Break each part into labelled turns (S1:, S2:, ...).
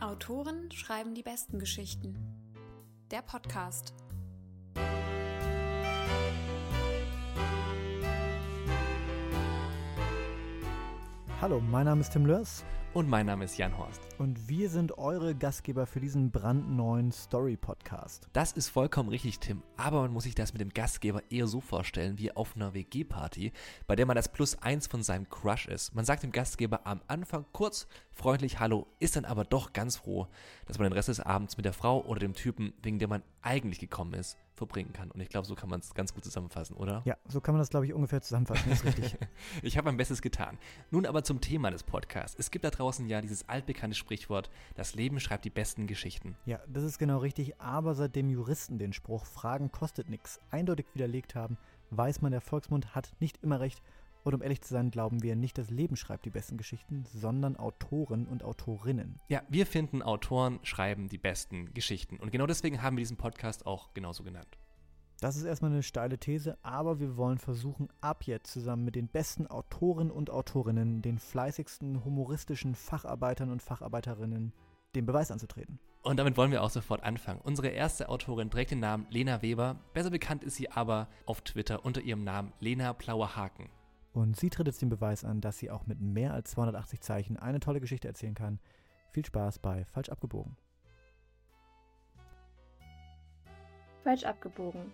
S1: Autoren schreiben die besten Geschichten. Der Podcast.
S2: Hallo, mein Name ist Tim Lörs.
S3: Und mein Name ist Jan Horst.
S2: Und wir sind eure Gastgeber für diesen brandneuen Story-Podcast.
S3: Das ist vollkommen richtig, Tim. Aber man muss sich das mit dem Gastgeber eher so vorstellen wie auf einer WG-Party, bei der man das +1 von seinem Crush ist. Man sagt dem Gastgeber am Anfang kurz, freundlich Hallo, ist dann aber doch ganz froh, dass man den Rest des Abends mit der Frau oder dem Typen, wegen dem man eigentlich gekommen ist, verbringen kann. Und ich glaube, so kann man es ganz gut zusammenfassen, oder?
S2: Ja, so kann man das, glaube ich, ungefähr zusammenfassen. Das ist richtig.
S3: Ich habe mein Bestes getan. Nun aber zum Thema des Podcasts. Es gibt da draußen ja dieses altbekannte Sprichwort, das Leben schreibt die besten Geschichten.
S2: Ja, das ist genau richtig. Aber seitdem Juristen den Spruch Fragen kostet nix eindeutig widerlegt haben, weiß man, der Volksmund hat nicht immer recht. Und um ehrlich zu sein, glauben wir nicht, das Leben schreibt die besten Geschichten, sondern Autoren und Autorinnen.
S3: Ja, wir finden, Autoren schreiben die besten Geschichten. Und genau deswegen haben wir diesen Podcast auch genauso genannt.
S2: Das ist erstmal eine steile These, aber wir wollen versuchen, ab jetzt zusammen mit den besten Autoren und Autorinnen, den fleißigsten humoristischen Facharbeitern und Facharbeiterinnen, den Beweis anzutreten.
S3: Und damit wollen wir auch sofort anfangen. Unsere erste Autorin trägt den Namen Lena Weber. Besser bekannt ist sie aber auf Twitter unter ihrem Namen Lena Plauer-Haken.
S2: Und sie tritt jetzt den Beweis an, dass sie auch mit mehr als 280 Zeichen eine tolle Geschichte erzählen kann. Viel Spaß bei Falsch abgebogen.
S4: Falsch abgebogen.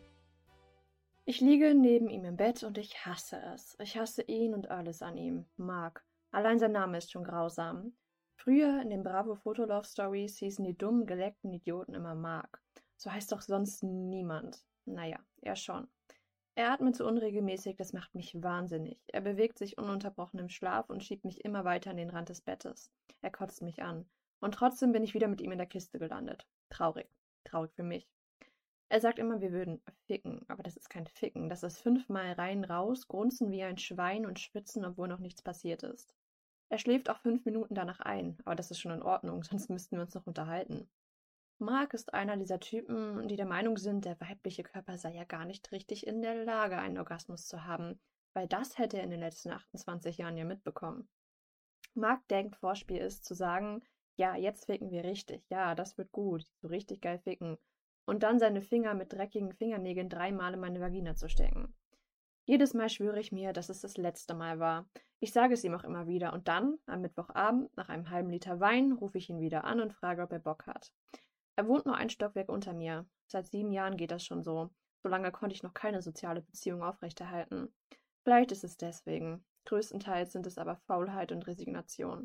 S4: Ich liege neben ihm im Bett und ich hasse es. Ich hasse ihn und alles an ihm. Mark. Allein sein Name ist schon grausam. Früher in den Bravo Fotolove Stories hießen die dummen, geleckten Idioten immer Mark. So heißt doch sonst niemand. Naja, er schon. Er atmet so unregelmäßig, das macht mich wahnsinnig. Er bewegt sich ununterbrochen im Schlaf und schiebt mich immer weiter an den Rand des Bettes. Er kotzt mich an. Und trotzdem bin ich wieder mit ihm in der Kiste gelandet. Traurig. Traurig für mich. Er sagt immer, wir würden ficken, aber das ist kein Ficken. Das ist 5-mal rein, raus, grunzen wie ein Schwein und schwitzen, obwohl noch nichts passiert ist. Er schläft auch 5 Minuten danach ein, aber das ist schon in Ordnung, sonst müssten wir uns noch unterhalten. Mark ist einer dieser Typen, die der Meinung sind, der weibliche Körper sei ja gar nicht richtig in der Lage, einen Orgasmus zu haben, weil das hätte er in den letzten 28 Jahren ja mitbekommen. Mark denkt, Vorspiel ist zu sagen, ja, jetzt ficken wir richtig, ja, das wird gut, so richtig geil ficken, und dann seine Finger mit dreckigen Fingernägeln 3-mal in meine Vagina zu stecken. Jedes Mal schwöre ich mir, dass es das letzte Mal war. Ich sage es ihm auch immer wieder und dann, am Mittwochabend, nach einem halben Liter Wein, rufe ich ihn wieder an und frage, ob er Bock hat. Er wohnt nur ein Stockwerk unter mir. Seit 7 Jahren geht das schon so. So lange konnte ich noch keine soziale Beziehung aufrechterhalten. Vielleicht ist es deswegen. Größtenteils sind es aber Faulheit und Resignation.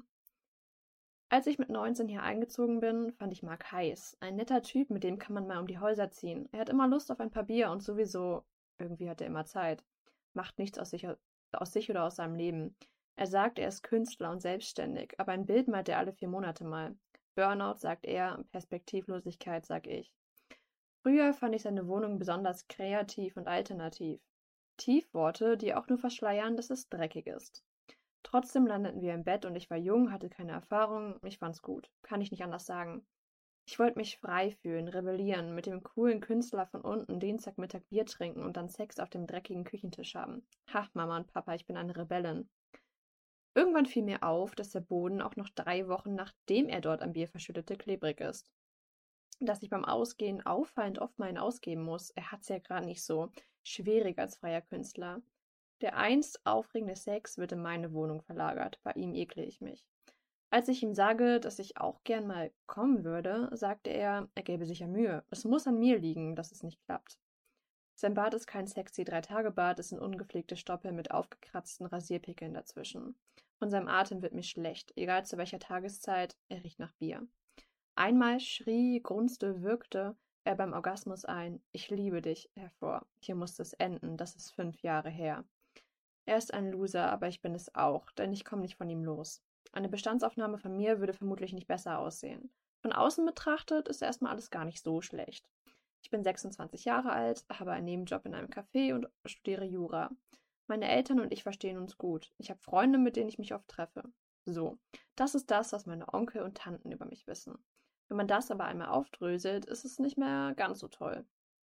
S4: Als ich mit 19 hier eingezogen bin, fand ich Mark heiß. Ein netter Typ, mit dem kann man mal um die Häuser ziehen. Er hat immer Lust auf ein paar Bier und sowieso, irgendwie hat er immer Zeit. Macht nichts aus sich oder aus seinem Leben. Er sagt, er ist Künstler und selbstständig, aber ein Bild malt er alle 4 Monate mal. Burnout, sagt er, Perspektivlosigkeit, sag ich. Früher fand ich seine Wohnung besonders kreativ und alternativ. Tiefworte, die auch nur verschleiern, dass es dreckig ist. Trotzdem landeten wir im Bett und ich war jung, hatte keine Erfahrung, ich fand's gut. Kann ich nicht anders sagen. Ich wollte mich frei fühlen, rebellieren, mit dem coolen Künstler von unten Dienstagmittag Bier trinken und dann Sex auf dem dreckigen Küchentisch haben. Ha, Mama und Papa, ich bin eine Rebellin. Irgendwann fiel mir auf, dass der Boden auch noch 3 Wochen, nachdem er dort am Bier verschüttete, klebrig ist. Dass ich beim Ausgehen auffallend oft mal einen ausgeben muss, er hat's ja gerade nicht so schwierig als freier Künstler. Der einst aufregende Sex wird in meine Wohnung verlagert, bei ihm ekle ich mich. Als ich ihm sage, dass ich auch gern mal kommen würde, sagte er gäbe sich ja Mühe. Es muss an mir liegen, dass es nicht klappt. Sein Bart ist kein sexy 3-Tage-Bart, es sind ungepflegte Stoppeln mit aufgekratzten Rasierpickeln dazwischen. Von seinem Atem wird mir schlecht, egal zu welcher Tageszeit, er riecht nach Bier. Einmal schrie, grunzte, würgte er beim Orgasmus ein, ich liebe dich, hervor. Hier muss es enden, das ist 5 Jahre her. Er ist ein Loser, aber ich bin es auch, denn ich komme nicht von ihm los. Eine Bestandsaufnahme von mir würde vermutlich nicht besser aussehen. Von außen betrachtet ist erstmal alles gar nicht so schlecht. Ich bin 26 Jahre alt, habe einen Nebenjob in einem Café und studiere Jura. Meine Eltern und ich verstehen uns gut. Ich habe Freunde, mit denen ich mich oft treffe. So, das ist das, was meine Onkel und Tanten über mich wissen. Wenn man das aber einmal aufdröselt, ist es nicht mehr ganz so toll.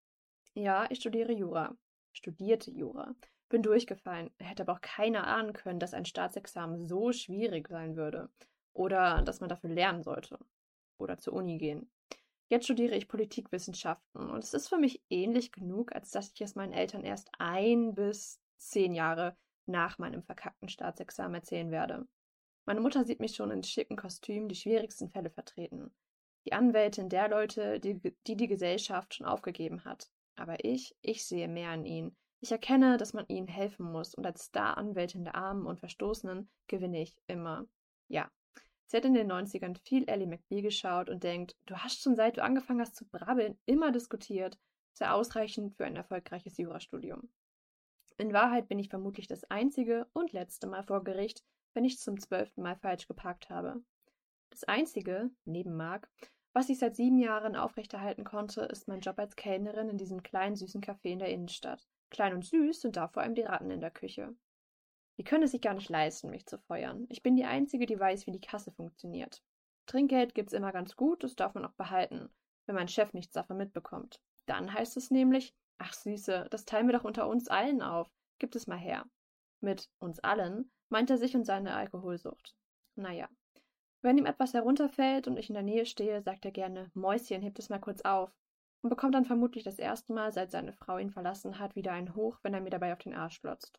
S4: Ja, ich studiere Jura. Studierte Jura. Bin durchgefallen, hätte aber auch keiner ahnen können, dass ein Staatsexamen so schwierig sein würde. Oder dass man dafür lernen sollte. oder zur Uni gehen. Jetzt studiere ich Politikwissenschaften und es ist für mich ähnlich genug, als dass ich es meinen Eltern erst 1 bis 10 Jahre nach meinem verkackten Staatsexamen erzählen werde. Meine Mutter sieht mich schon in schicken Kostümen die schwierigsten Fälle vertreten. Die Anwältin der Leute, die Gesellschaft schon aufgegeben hat. Aber ich sehe mehr in ihnen. Ich erkenne, dass man ihnen helfen muss und als Star-Anwältin der Armen und Verstoßenen gewinne ich immer. Ja. Sie hat in den 90ern viel Ally McBeal geschaut und denkt, du hast schon seit du angefangen hast zu brabbeln immer diskutiert. Sehr ausreichend für ein erfolgreiches Jurastudium. In Wahrheit bin ich vermutlich das einzige und letzte Mal vor Gericht, wenn ich zum 12. Mal falsch geparkt habe. Das Einzige, neben Mark, was ich seit 7 Jahren aufrechterhalten konnte, ist mein Job als Kellnerin in diesem kleinen, süßen Café in der Innenstadt. Klein und süß sind da vor allem die Ratten in der Küche. Die können es sich gar nicht leisten, mich zu feuern. Ich bin die Einzige, die weiß, wie die Kasse funktioniert. Trinkgeld gibt's immer ganz gut, das darf man auch behalten, wenn mein Chef nichts davon mitbekommt. Dann heißt es nämlich, ach Süße, das teilen wir doch unter uns allen auf, gib es mal her. Mit uns allen meint er sich und seine Alkoholsucht. Naja. Wenn ihm etwas herunterfällt und ich in der Nähe stehe, sagt er gerne, Mäuschen, hebt es mal kurz auf und bekommt dann vermutlich das erste Mal, seit seine Frau ihn verlassen hat, wieder einen hoch, wenn er mir dabei auf den Arsch glotzt.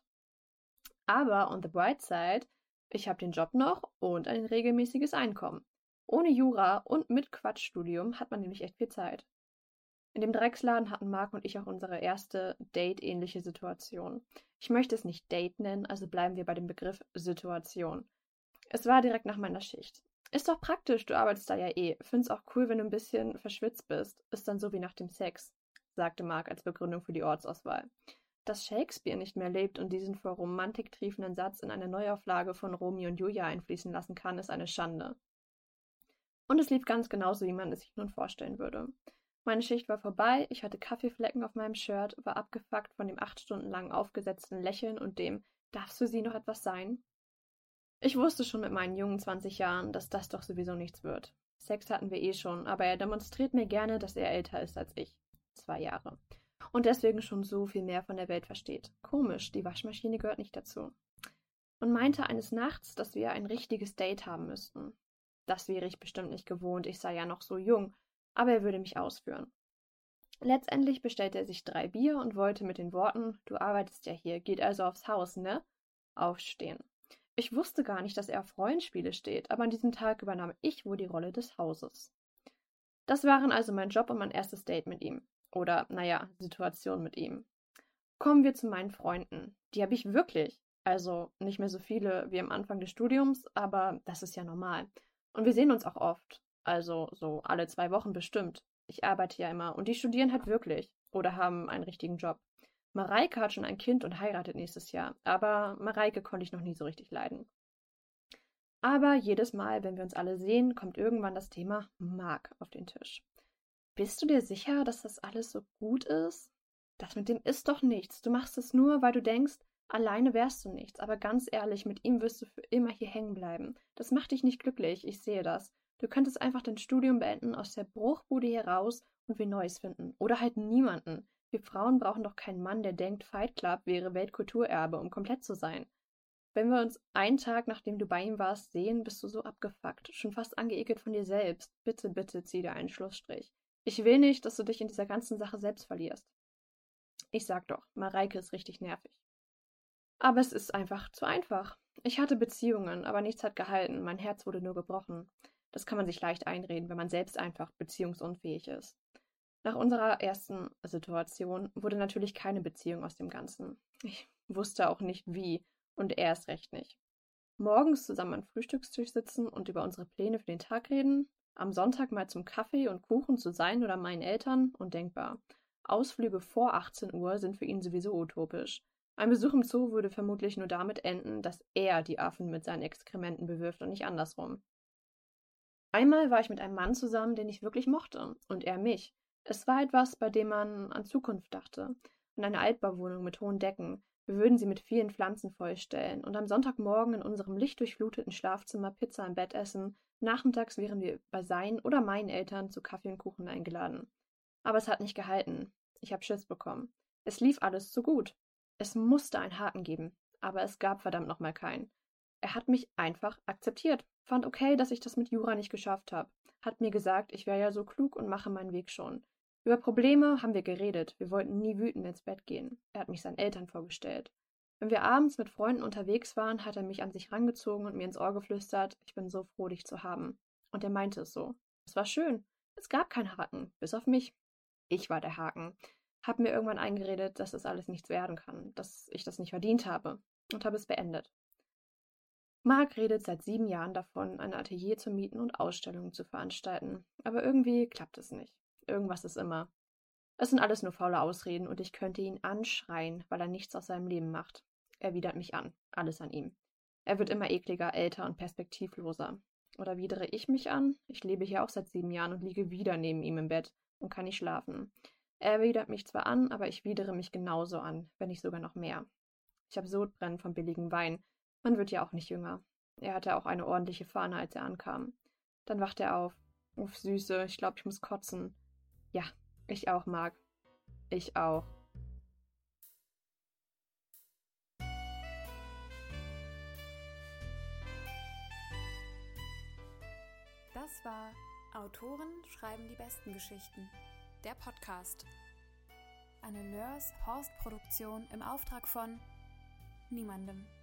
S4: Aber on the bright side, ich habe den Job noch und ein regelmäßiges Einkommen. Ohne Jura und mit Quatschstudium hat man nämlich echt viel Zeit. In dem Drecksladen hatten Marc und ich auch unsere erste Date-ähnliche Situation. Ich möchte es nicht Date nennen, also bleiben wir bei dem Begriff Situation. Es war direkt nach meiner Schicht. Ist doch praktisch, du arbeitest da ja eh. Find's auch cool, wenn du ein bisschen verschwitzt bist. Ist dann so wie nach dem Sex, sagte Marc als Begründung für die Ortsauswahl. Dass Shakespeare nicht mehr lebt und diesen vor Romantik triefenden Satz in eine Neuauflage von Romeo und Julia einfließen lassen kann, ist eine Schande. Und es lief ganz genauso, wie man es sich nun vorstellen würde. Meine Schicht war vorbei, ich hatte Kaffeeflecken auf meinem Shirt, war abgefuckt von dem 8 Stunden lang aufgesetzten Lächeln und dem »Darf's für Sie noch etwas sein?« Ich wusste schon mit meinen jungen 20 Jahren, dass das doch sowieso nichts wird. Sex hatten wir eh schon, aber er demonstriert mir gerne, dass er älter ist als ich. 2 Jahre. Und deswegen schon so viel mehr von der Welt versteht. Komisch, die Waschmaschine gehört nicht dazu. Und meinte eines Nachts, dass wir ein richtiges Date haben müssten. Das wäre ich bestimmt nicht gewohnt, ich sei ja noch so jung, aber er würde mich ausführen. Letztendlich bestellte er sich 3 Bier und wollte mit den Worten, du arbeitest ja hier, geht also aufs Haus, ne? Aufstehen. Ich wusste gar nicht, dass er auf Rollenspiele steht, aber an diesem Tag übernahm ich wohl die Rolle des Hauses. Das waren also mein Job und mein erstes Date mit ihm. Oder, naja, Situation mit ihm. Kommen wir zu meinen Freunden. Die habe ich wirklich. Also nicht mehr so viele wie am Anfang des Studiums, aber das ist ja normal. Und wir sehen uns auch oft. Also so alle 2 Wochen bestimmt. Ich arbeite ja immer und die studieren halt wirklich. Oder haben einen richtigen Job. Mareike hat schon ein Kind und heiratet nächstes Jahr. Aber Mareike konnte ich noch nie so richtig leiden. Aber jedes Mal, wenn wir uns alle sehen, kommt irgendwann das Thema Marc auf den Tisch. Bist du dir sicher, dass das alles so gut ist? Das mit dem ist doch nichts. Du machst es nur, weil du denkst, alleine wärst du nichts. Aber ganz ehrlich, mit ihm wirst du für immer hier hängen bleiben. Das macht dich nicht glücklich, ich sehe das. Du könntest einfach dein Studium beenden, aus der Bruchbude hier raus und wie Neues finden. Oder halt niemanden. Wir Frauen brauchen doch keinen Mann, der denkt, Fight Club wäre Weltkulturerbe, um komplett zu sein. Wenn wir uns einen Tag, nachdem du bei ihm warst, sehen, bist du so abgefuckt, schon fast angeekelt von dir selbst. Bitte, bitte, zieh dir einen Schlussstrich. Ich will nicht, dass du dich in dieser ganzen Sache selbst verlierst. Ich sag doch, Mareike ist richtig nervig. Aber es ist einfach zu einfach. Ich hatte Beziehungen, aber nichts hat gehalten. Mein Herz wurde nur gebrochen. Das kann man sich leicht einreden, wenn man selbst einfach beziehungsunfähig ist. Nach unserer ersten Situation wurde natürlich keine Beziehung aus dem Ganzen. Ich wusste auch nicht wie und er erst recht nicht. Morgens zusammen am Frühstückstisch sitzen und über unsere Pläne für den Tag reden, am Sonntag mal zum Kaffee und Kuchen zu sein oder meinen Eltern, undenkbar. Ausflüge vor 18 Uhr sind für ihn sowieso utopisch. Ein Besuch im Zoo würde vermutlich nur damit enden, dass er die Affen mit seinen Exkrementen bewirft und nicht andersrum. Einmal war ich mit einem Mann zusammen, den ich wirklich mochte, und er mich. Es war etwas, bei dem man an Zukunft dachte. An eine Altbauwohnung mit hohen Decken. Wir würden sie mit vielen Pflanzen vollstellen und am Sonntagmorgen in unserem lichtdurchfluteten Schlafzimmer Pizza im Bett essen. Nachmittags wären wir bei seinen oder meinen Eltern zu Kaffee und Kuchen eingeladen. Aber es hat nicht gehalten. Ich habe Schiss bekommen. Es lief alles zu gut. Es musste einen Haken geben, aber es gab verdammt nochmal keinen. Er hat mich einfach akzeptiert, fand okay, dass ich das mit Jura nicht geschafft habe. hat mir gesagt, ich wäre ja so klug und mache meinen Weg schon. Über Probleme haben wir geredet, wir wollten nie wütend ins Bett gehen. Er hat mich seinen Eltern vorgestellt. Wenn wir abends mit Freunden unterwegs waren, hat er mich an sich rangezogen und mir ins Ohr geflüstert, ich bin so froh, dich zu haben. Und er meinte es so. Es war schön. Es gab keinen Haken, bis auf mich. Ich war der Haken. Hab mir irgendwann eingeredet, dass das alles nichts werden kann, dass ich das nicht verdient habe und habe es beendet. Marc redet seit 7 Jahren davon, ein Atelier zu mieten und Ausstellungen zu veranstalten. Aber irgendwie klappt es nicht. Irgendwas ist immer. Es sind alles nur faule Ausreden und ich könnte ihn anschreien, weil er nichts aus seinem Leben macht. Er widert mich an. Alles an ihm. Er wird immer ekliger, älter und perspektivloser. Oder widere ich mich an? Ich lebe hier auch seit 7 Jahren und liege wieder neben ihm im Bett und kann nicht schlafen. Er widert mich zwar an, aber ich widere mich genauso an, wenn nicht sogar noch mehr. Ich habe Sodbrennen vom billigen Wein. Man wird ja auch nicht jünger. Er hatte auch eine ordentliche Fahne, als er ankam. Dann wacht er auf. Uff, Süße, ich glaube, ich muss kotzen. Ja, ich auch, Marc. Ich auch.
S1: Das war Autoren schreiben die besten Geschichten. Der Podcast. Eine Lörs-Horst-Produktion im Auftrag von niemandem.